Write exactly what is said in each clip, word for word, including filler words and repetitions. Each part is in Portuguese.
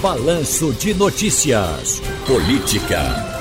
Balanço de Notícias. Política.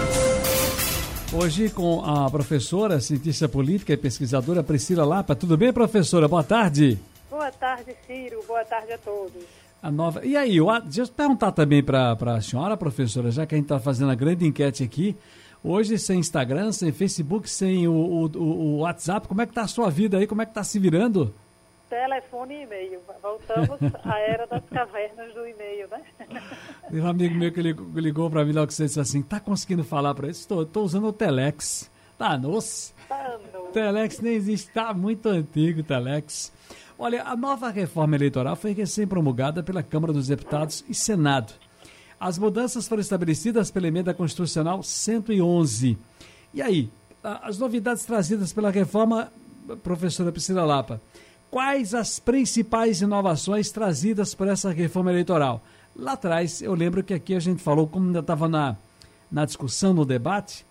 Hoje com a professora, cientista política e pesquisadora Priscila Lapa. Tudo bem, professora? Boa tarde. Boa tarde, Ciro. Boa tarde a todos. A nova... E aí, eu... deixa eu perguntar também para a senhora, professora, já que a gente está fazendo a grande enquete aqui. Hoje, sem Instagram, sem Facebook, sem o, o, o WhatsApp, como é que está a sua vida aí? Como é que está se virando? Telefone e e-mail. Voltamos à era das cavernas do e-mail, né? Tem um amigo meu que ligou, ligou para mim logo que você disse assim, tá conseguindo falar para ele? Estou, estou usando o Telex. Tá, nossa. Tá, no... Telex nem existe, tá muito antigo o Telex. Olha, a nova reforma eleitoral foi recém-promulgada pela Câmara dos Deputados e Senado. As mudanças foram estabelecidas pela Emenda Constitucional cento e onze. E aí, as novidades trazidas pela reforma, professora Priscila Lapa, quais as principais inovações trazidas por essa reforma eleitoral? Lá atrás, eu lembro que aqui a gente falou, como ainda estava na, na discussão, no debate,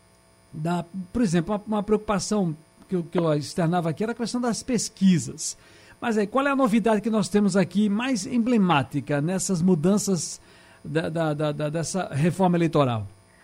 da, por exemplo, uma, uma preocupação que eu, que eu externava aqui era a questão das pesquisas. Mas aí, qual é a novidade que nós temos aqui mais emblemática nessas mudanças da, da, da, da, dessa reforma eleitoral?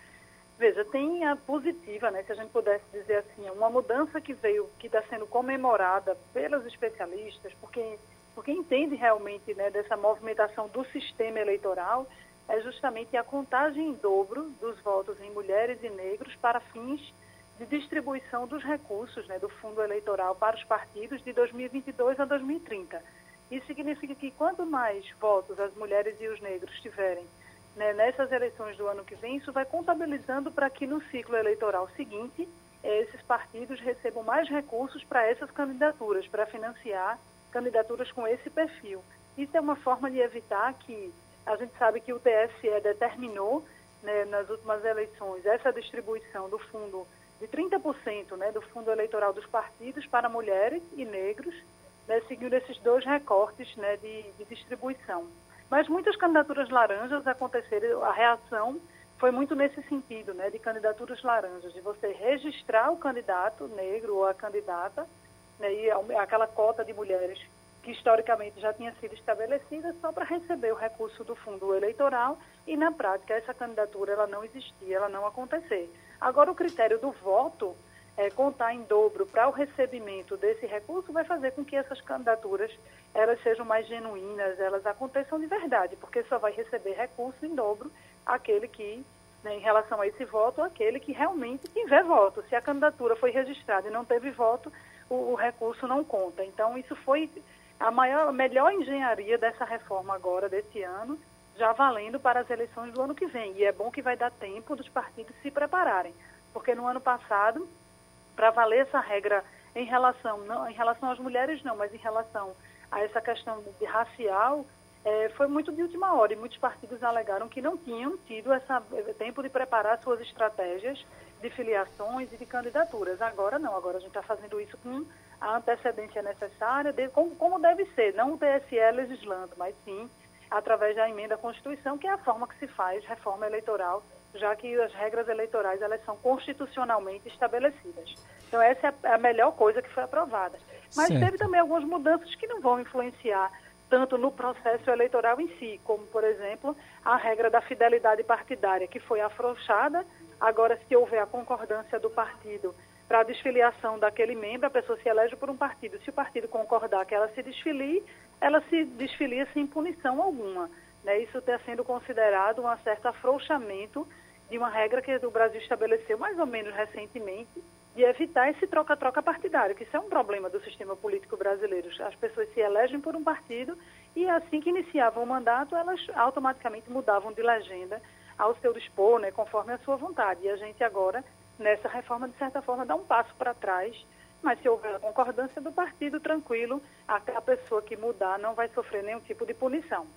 Veja, tem a positiva, né, se a gente pudesse dizer assim, uma mudança que veio, que está sendo comemorada pelos especialistas, porque, porque entende realmente, né, dessa movimentação do sistema eleitoral, é justamente a contagem em dobro dos votos em mulheres e negros para fins de distribuição dos recursos, né, do fundo eleitoral para os partidos de dois mil e vinte e dois a dois mil e trinta. Isso significa que quanto mais votos as mulheres e os negros tiverem, né, nessas eleições do ano que vem, isso vai contabilizando para que no ciclo eleitoral seguinte, eh, esses partidos recebam mais recursos para essas candidaturas, para financiar candidaturas com esse perfil. Isso é uma forma de evitar que, a gente sabe que o T S E determinou, né, nas últimas eleições, essa distribuição do fundo de trinta por cento, né, do fundo eleitoral dos partidos para mulheres e negros, né, seguindo esses dois recortes, né, de, de distribuição. Mas muitas candidaturas laranjas aconteceram, a reação foi muito nesse sentido, né, de candidaturas laranjas, de você registrar o candidato negro ou a candidata, né, e aquela cota de mulheres que historicamente já tinha sido estabelecida só para receber o recurso do fundo eleitoral e, na prática, essa candidatura ela não existia, ela não acontecer. Agora, o critério do voto, é, contar em dobro para o recebimento desse recurso vai fazer com que essas candidaturas elas sejam mais genuínas, elas aconteçam de verdade, porque só vai receber recurso em dobro aquele que, né, em relação a esse voto, aquele que realmente tiver voto. Se a candidatura foi registrada e não teve voto, o, o recurso não conta. Então, isso foi a maior, a melhor engenharia dessa reforma agora, desse ano, já valendo para as eleições do ano que vem. E é bom que vai dar tempo dos partidos se prepararem, porque no ano passado, para valer essa regra em relação, não, em relação às mulheres não, mas em relação a essa questão de racial, é, foi muito de última hora e muitos partidos alegaram que não tinham tido esse tempo de preparar suas estratégias de filiações e de candidaturas. Agora não, agora a gente está fazendo isso com a antecedência necessária, de, como, como deve ser, não o T S E legislando, mas sim através da emenda à Constituição, que é a forma que se faz reforma eleitoral, já que as regras eleitorais elas são constitucionalmente estabelecidas. Então essa é a melhor coisa que foi aprovada. Mas certo. Teve também algumas mudanças que não vão influenciar tanto no processo eleitoral em si, como, por exemplo, a regra da fidelidade partidária, que foi afrouxada. Agora, se houver a concordância do partido para a desfiliação daquele membro, a pessoa se elege por um partido. Se o partido concordar que ela se desfilie, ela se desfilia sem punição alguma. Né? Isso está sendo considerado um certo afrouxamento de uma regra que o Brasil estabeleceu mais ou menos recentemente, de evitar esse troca-troca partidário, que isso é um problema do sistema político brasileiro. As pessoas se elegem por um partido e assim que iniciavam o mandato, elas automaticamente mudavam de legenda ao seu dispor, né, conforme a sua vontade. E a gente agora, nessa reforma, de certa forma, dá um passo para trás, mas se houver a concordância do partido, tranquilo, aquela pessoa que mudar não vai sofrer nenhum tipo de punição.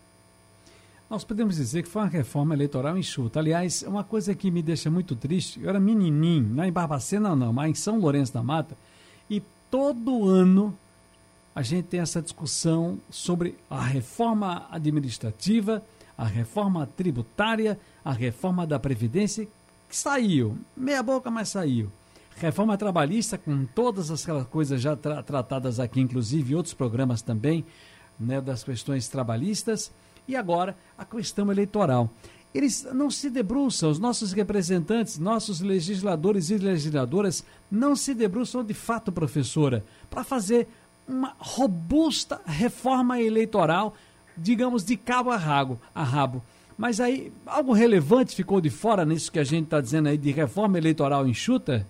Nós podemos dizer que foi uma reforma eleitoral enxuta. Aliás, uma coisa que me deixa muito triste, eu era menininho, não em Barbacena não, mas em São Lourenço da Mata, e todo ano a gente tem essa discussão sobre a reforma administrativa, a reforma tributária, a reforma da Previdência, que saiu, meia boca, mas saiu. Reforma trabalhista, com todas aquelas coisas já tra- tratadas aqui, inclusive outros programas também, né, das questões trabalhistas. e agora a questão eleitoral. Eles não se debruçam, os nossos representantes, nossos legisladores e legisladoras não se debruçam de fato, professora, para fazer uma robusta reforma eleitoral, digamos, de cabo a rabo, a rabo. Mas aí, algo relevante ficou de fora nisso que a gente está dizendo aí de reforma eleitoral enxuta?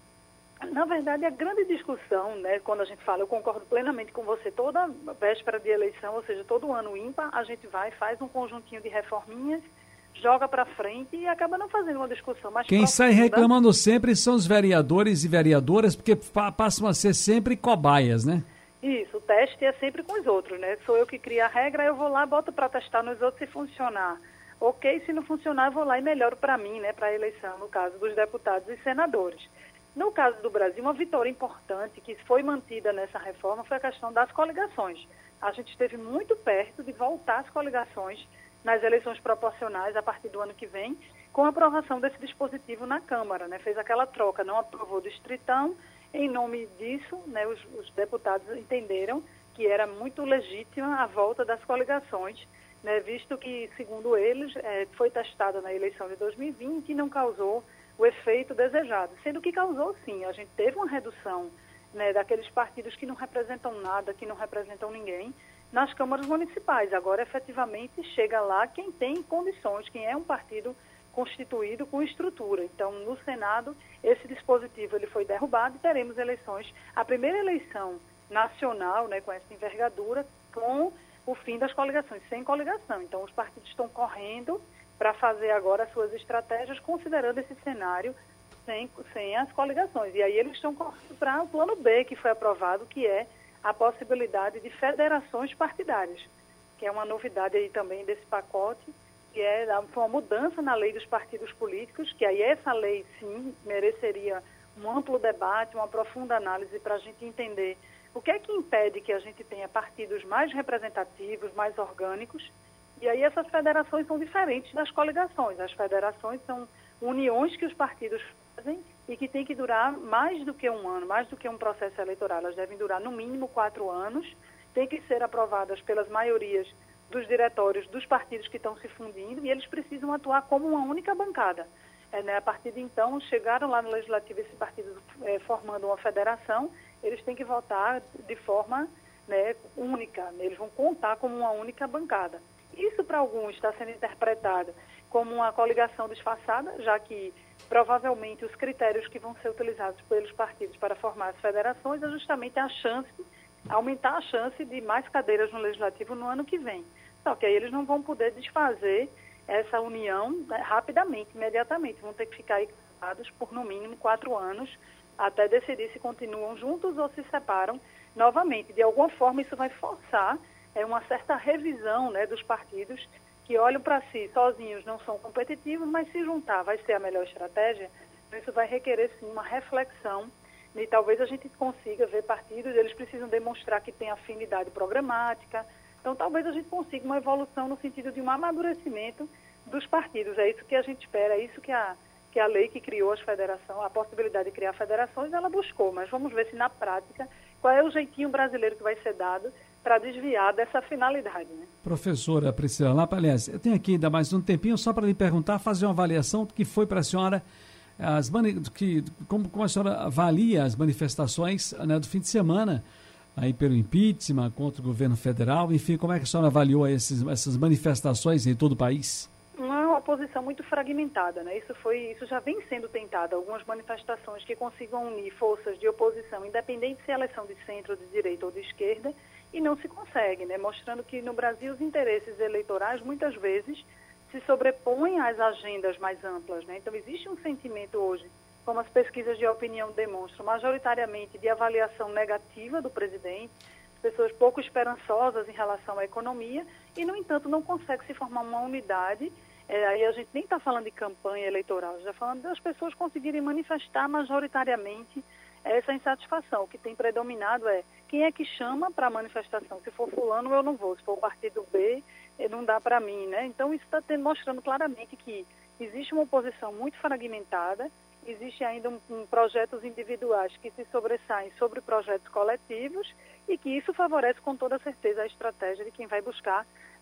Na verdade, a grande discussão, né, quando a gente fala, eu concordo plenamente com você, toda véspera de eleição, ou seja, todo ano ímpar, a gente vai, faz um conjuntinho de reforminhas, joga para frente e acaba não fazendo uma discussão mais Quem profunda. sai reclamando sempre são os vereadores e vereadoras, porque pa- passam a ser sempre cobaias, né? Isso, o teste é sempre com os outros, né? Sou eu que crio a regra, eu vou lá, boto para testar nos outros se funcionar. Ok, se não funcionar, eu vou lá e melhoro para mim, né, para a eleição, no caso dos deputados e senadores. No caso do Brasil, uma vitória importante que foi mantida nessa reforma foi a questão das coligações. A gente esteve muito perto de voltar às coligações nas eleições proporcionais a partir do ano que vem, com a aprovação desse dispositivo na Câmara, né? Fez aquela troca, não aprovou o distritão. Em nome disso, né, os, os deputados entenderam que era muito legítima a volta das coligações, né, visto que, segundo eles, é, foi testada na eleição de dois mil e vinte e não causou o efeito desejado. Sendo que causou, sim. A gente teve uma redução, né, daqueles partidos que não representam nada, que não representam ninguém, nas câmaras municipais. Agora, efetivamente, chega lá quem tem condições, quem é um partido constituído com estrutura. Então, no Senado, esse dispositivo ele foi derrubado e teremos eleições, a primeira eleição nacional, né, com essa envergadura, com o fim das coligações, sem coligação. Então, os partidos estão correndo para fazer agora as suas estratégias, considerando esse cenário sem, sem as coligações. E aí eles estão correndo para o plano B, que foi aprovado, que é a possibilidade de federações partidárias, que é uma novidade aí também desse pacote, que é uma mudança na lei dos partidos políticos, que aí essa lei, sim, mereceria um amplo debate, uma profunda análise para a gente entender o que é que impede que a gente tenha partidos mais representativos, mais orgânicos. E aí essas federações são diferentes das coligações. As federações são uniões que os partidos fazem e que tem que durar mais do que um ano, mais do que um processo eleitoral. Elas devem durar no mínimo quatro anos, têm que ser aprovadas pelas maiorias dos diretórios dos partidos que estão se fundindo e eles precisam atuar como uma única bancada. É, né, a partir de então, chegaram lá no Legislativo esses partidos é, formando uma federação, eles têm que votar de forma, né, única, eles vão contar como uma única bancada. Isso, para alguns, está sendo interpretado como uma coligação disfarçada, já que provavelmente os critérios que vão ser utilizados pelos partidos para formar as federações é justamente a chance, aumentar a chance de mais cadeiras no Legislativo no ano que vem. Só que aí eles não vão poder desfazer essa união, né, rapidamente, imediatamente. Vão ter que ficar equipados por, no mínimo, quatro anos, até decidir se continuam juntos ou se separam novamente. De alguma forma, isso vai forçar é, uma certa revisão, né, dos partidos que olham para si, sozinhos não são competitivos, mas se juntar vai ser a melhor estratégia. Então, isso vai requerer, sim, uma reflexão e talvez a gente consiga ver partidos, eles precisam demonstrar que têm afinidade programática. Então, talvez a gente consiga uma evolução no sentido de um amadurecimento dos partidos. É isso que a gente espera, é isso que a, que a lei que criou as federações, a possibilidade de criar federações, ela buscou. Mas vamos ver se na prática, qual é o jeitinho brasileiro que vai ser dado para desviar dessa finalidade, né? Professora Priscila Lapalés, eu tenho aqui ainda mais um tempinho só para lhe perguntar, fazer uma avaliação do que foi para a senhora, as mani- que, como, como a senhora avalia as manifestações, né, do fim de semana, aí pelo impeachment, contra o governo federal, enfim, como é que a senhora avaliou esses, essas manifestações em todo o país? Uma oposição muito fragmentada, né? Isso foi, isso já vem sendo tentado, algumas manifestações que consigam unir forças de oposição, independente se elas são de centro, de direita ou de esquerda, e não se consegue, né? Mostrando que no Brasil os interesses eleitorais muitas vezes se sobrepõem às agendas mais amplas, né? Então existe um sentimento hoje, como as pesquisas de opinião demonstram, majoritariamente de avaliação negativa do presidente, pessoas pouco esperançosas em relação à economia e, no entanto, não consegue se formar uma unidade. É, aí a gente nem está falando de campanha eleitoral, já falando das pessoas conseguirem manifestar majoritariamente essa insatisfação. O que tem predominado é quem é que chama para a manifestação. Se for fulano, eu não vou. Se for o partido B, não dá para mim, né? Então, isso está mostrando claramente que existe uma oposição muito fragmentada, existe ainda um, um projetos individuais que se sobressaem sobre projetos coletivos e que isso favorece com toda certeza a estratégia de quem vai buscar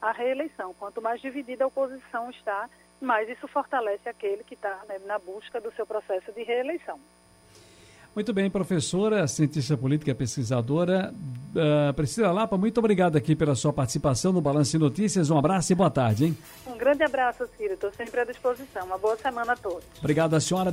a reeleição. Quanto mais dividida a oposição está, mais isso fortalece aquele que está, né, na busca do seu processo de reeleição. Muito bem, professora, cientista política, pesquisadora, uh, Priscila Lapa, muito obrigado aqui pela sua participação no Balanço de Notícias. Um abraço e boa tarde, hein? Um grande abraço, Ciro. Estou sempre à disposição. Uma boa semana a todos. Obrigado, a senhora.